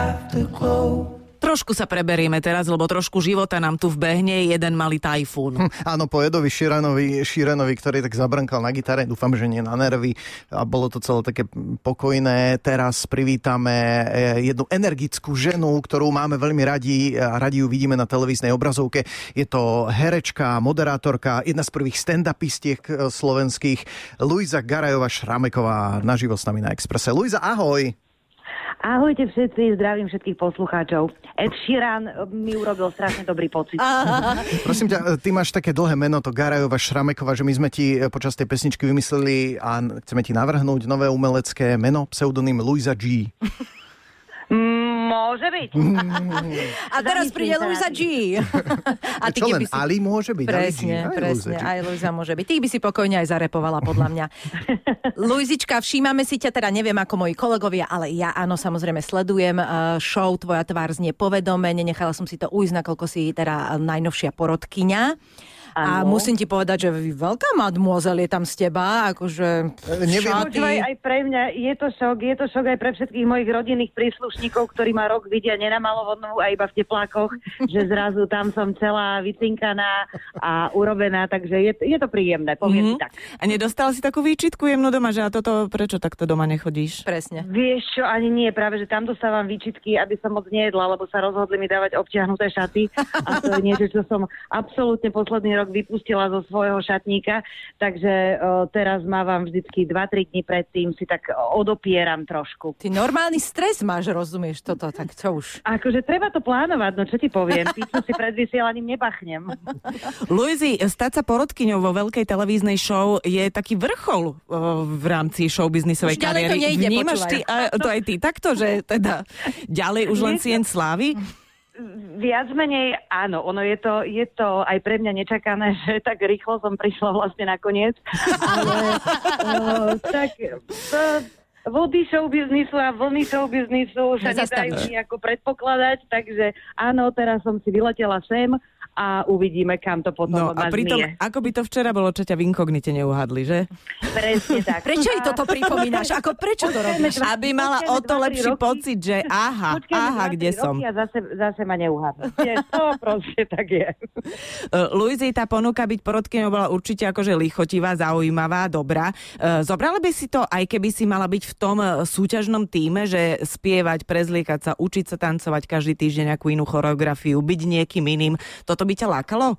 afterglow. Trošku sa preberieme teraz, lebo trošku života nám tu vbehne jeden malý tajfún. Áno, po Edovi Sheeranovi, ktorý tak zabrnkal na gitare, dúfam, že nie na nervy a bolo to celé také pokojné. Teraz privítame jednu energickú ženu, ktorú máme veľmi radi a radi ju vidíme na televíznej obrazovke. Je to herečka, moderátorka, jedna z prvých stand-upistiek slovenských, Luisa Garajová-Šrameková, naživo s nami na Expresse. Luisa, ahoj! Ahojte všetci, zdravím všetkých poslucháčov. Ed Sheeran mi urobil strašne dobrý pocit. Prosím ťa, ty máš také dlhé meno, to Garajová-Šrameková, že my sme ti počas tej pesničky vymysleli a chceme ti navrhnúť nové umelecké meno, pseudonym Luisa G. Môže byť. A teraz príde Luisa G. A ty, čo len Ali môže byť? Presne, aj Luisa môže byť. Ty by si pokojne aj zarepovala, podľa mňa. Luizička, všímame si ťa, teda neviem ako moji kolegovia, ale ja áno, samozrejme sledujem show Tvoja tvár znie povedomene, nechala som si to ujsť, nakoľko si teda najnovšia porodkyňa. A musím ti povedať, že veľká mademoiselle je tam z teba, akože šaty. Aj pre mňa je to šok aj pre všetkých mojich rodinných príslušníkov, ktorí ma rok vidia nenamalovodnú a iba v teplákoch, že zrazu tam som celá vycinkaná a urobená, takže je to príjemné, poviem si tak. A nedostala si takú výčitku jemnú doma, že a toto, prečo takto doma nechodíš? Presne. Vieš čo, ani nie, práve, že tam dostávam výčitky, aby som moc nejedla, lebo sa rozhodli mi dávať obťahnuté šaty a to je niečo, čo som absolútne posledný rok vypustila zo svojho šatníka, takže teraz mávam vždycky 2-3 dní predtým, si tak odopieram trošku. Ty normálny stres máš, rozumieš toto, tak čo už? Akože treba to plánovať, no čo ti poviem, pizzu si pred vysielaním nepachnem. Luizi, stať sa porodkyňou vo veľkej televíznej show je taký vrchol v rámci showbiznisovej kariéry. Vnímaš ty to aj ty takto, že teda ďalej už len sieň slávy? Viac menej áno, je to aj pre mňa nečakané, že tak rýchlo som prišla vlastne nakoniec, ale tak vody showbiznisu a vlny showbiznisu sa nedajú nejako predpokladať, takže áno, teraz som si vyletela sem a uvidíme, kam to potom a pritom, ako by to včera bolo, čo ťa v inkognite neuhadli, že? Presne tak. Prečo jej toto pripomínaš? Prečo to robíš? Aby mala o to lepší pocit, že kde som. A zase ma neuhadli. To proste tak je. Luizi, tá ponuka byť porodkyňou bola určite akože lichotivá, zaujímavá, dobrá. Zobrala by si to, aj keby si mala byť v tom súťažnom tíme, že spievať, prezliekať sa, učiť sa tancovať každý týždeň nejakú inú choreografiu, byť niekým iným. Toto by ťa lákalo?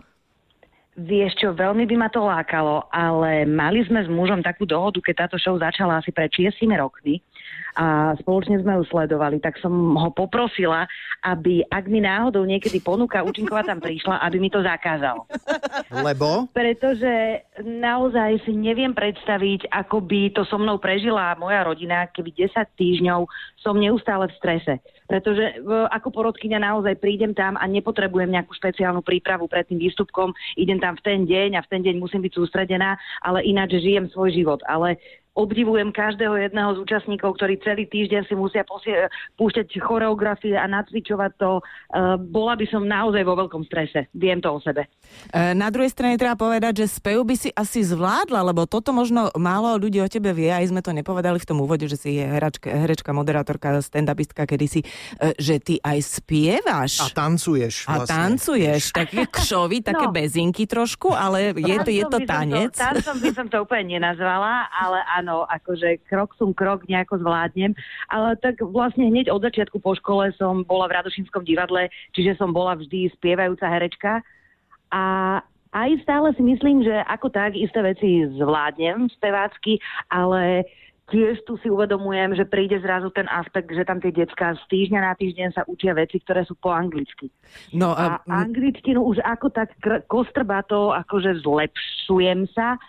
Vieš čo, veľmi by ma to lákalo, ale mali sme s mužom takú dohodu, keď táto show začala asi pred 6 rokmi a spoločne sme ju sledovali, tak som ho poprosila, aby ak mi náhodou niekedy ponuka účinková tam prišla, aby mi to zakázal. Lebo? Pretože naozaj si neviem predstaviť, ako by to so mnou prežila moja rodina, keby 10 týždňov som neustále v strese. Pretože ako porodkyňa naozaj prídem tam a nepotrebujem nejakú špeciálnu prípravu pred tým výstupkom, idem tam v ten deň a v ten deň musím byť sústredená, ale ináč žijem svoj život. Ale obdivujem každého jedného z účastníkov, ktorí celý týždeň si musia púšťať choreografie a nacvičovať to. Bola by som naozaj vo veľkom strese. Viem to o sebe. Na druhej strane treba povedať, že spev by si asi zvládla, lebo toto možno málo ľudí o tebe vie, aj sme to nepovedali v tom úvode, že si je herečka, moderátorka, stand-upistka kedysi, že ty aj spievaš. A tancuješ vlastne. A tancuješ. Také kšovi, také bezinky trošku, ale je to tanec. Tancom by som to úplne nenazvala, ale áno, akože krok nejako zvládnem, ale tak vlastne hneď od začiatku po škole som bola v Radošínskom divadle, čiže som bola vždy spievajúca herečka a aj stále si myslím, že ako tak isté veci zvládnem spevácky, ale tiež tu si uvedomujem, že príde zrazu ten aspekt, že tam tie decká z týždňa na týždeň sa učia veci, ktoré sú po anglicky. No a angličtinu už ako tak kostrbato, akože zlepšujem sa,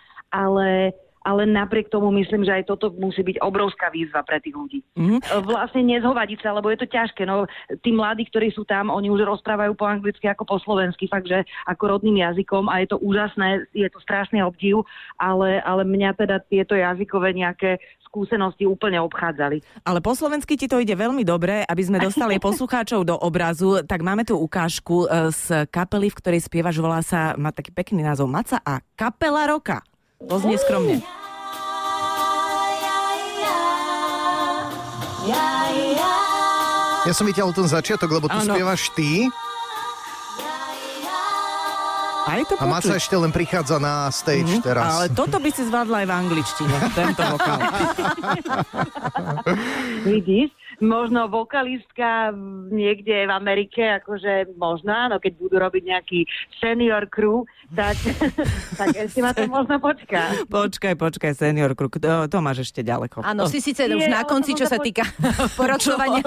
ale napriek tomu myslím, že aj toto musí byť obrovská výzva pre tých ľudí. Vlastne nezhovadiť sa, lebo je to ťažké. No, tí mladí, ktorí sú tam, oni už rozprávajú po anglicky ako po slovensky, fakt, že ako rodným jazykom a je to úžasné, je to strašný obdiv, ale mňa teda tieto jazykové nejaké skúsenosti úplne obchádzali. Ale po slovensky ti to ide veľmi dobre, aby sme dostali poslucháčov do obrazu, tak máme tu ukážku z kapely, v ktorej spievaš, má taký pekný názov Maca a Kapela roka. To znie skromne. Ja som vytiahol ten začiatok, lebo tu spievaš ty. Aj to a Maca ešte len prichádza na stage teraz. Ale toto by si zvládla aj v angličtine, tento vokál. Vidíš? Možno vokalistka niekde v Amerike, akože možno áno, keď budú robiť nejaký senior crew, tak ešte ma to možno počká. Počkaj, senior crew, to máš ešte ďaleko. Áno, si síce už na konci, čo sa týka poročovania.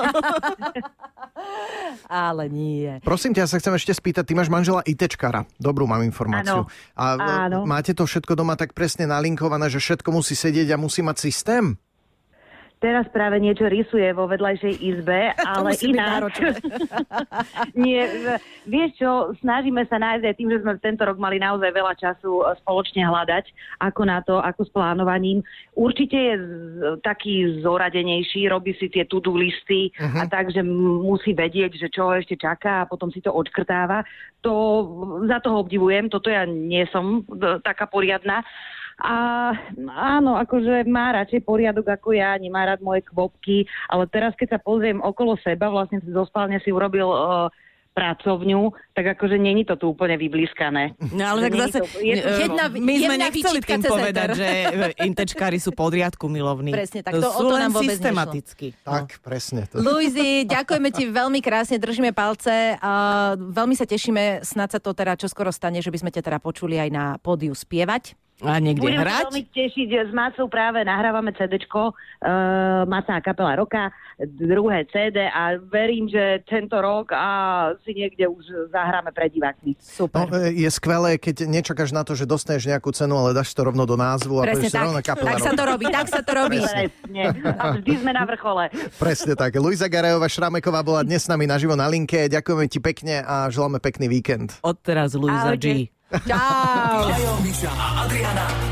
Ale nie. Prosím ťa, ja sa chcem ešte spýtať, ty máš manžela ITčkára, dobrú mám informáciu. Áno. Máte to všetko doma tak presne nalinkované, že všetko musí sedieť a musí mať systém? Teraz práve niečo rysuje vo vedľajšej izbe, ale inak... Nie, vieš čo, snažíme sa nájsť aj tým, že sme tento rok mali naozaj veľa času spoločne hľadať, ako na to, ako s plánovaním. Určite je taký zoradenejší, robí si tie to-do listy a takže musí vedieť, že čo ho ešte čaká a potom si to odškrtáva. Za toho obdivujem, toto ja nie som taká poriadna. A áno, akože má radšej poriadok ako ja, nemá rád moje kvopky, ale teraz keď sa pozriem okolo seba, vlastne zo spálne si urobil pracovňu, tak akože není to tu úplne vyblískané. No ale tak zase, my sme nechceli tým povedať, že intečkári sú podriadku milovní. Presne, tak to sú len vôbec systematicky. Tak, presne. Luizi, ďakujeme ti veľmi krásne, držíme palce. Veľmi sa tešíme, snad sa to teda čoskoro stane, že by sme ťa teda počuli aj na pódiu spievať. A niekde budem hrať? Budem sa veľmi tešiť, s Macou práve nahrávame CDčko, Maca a kapela roka, druhé CD a verím, že tento rok si niekde už zahráme pred divákmi. Super. No, je skvelé, keď nečakáš na to, že dostaneš nejakú cenu, ale dáš to rovno do názvu a povieš rovno kapela roka. Tak sa to robí. Presne. A vždy sme na vrchole. Presne tak. Luisa Garajová Šrameková bola dnes s nami naživo na linke. Ďakujeme ti pekne a želáme pekný víkend. Odteraz Luisa G. Čau. Miša a Adriana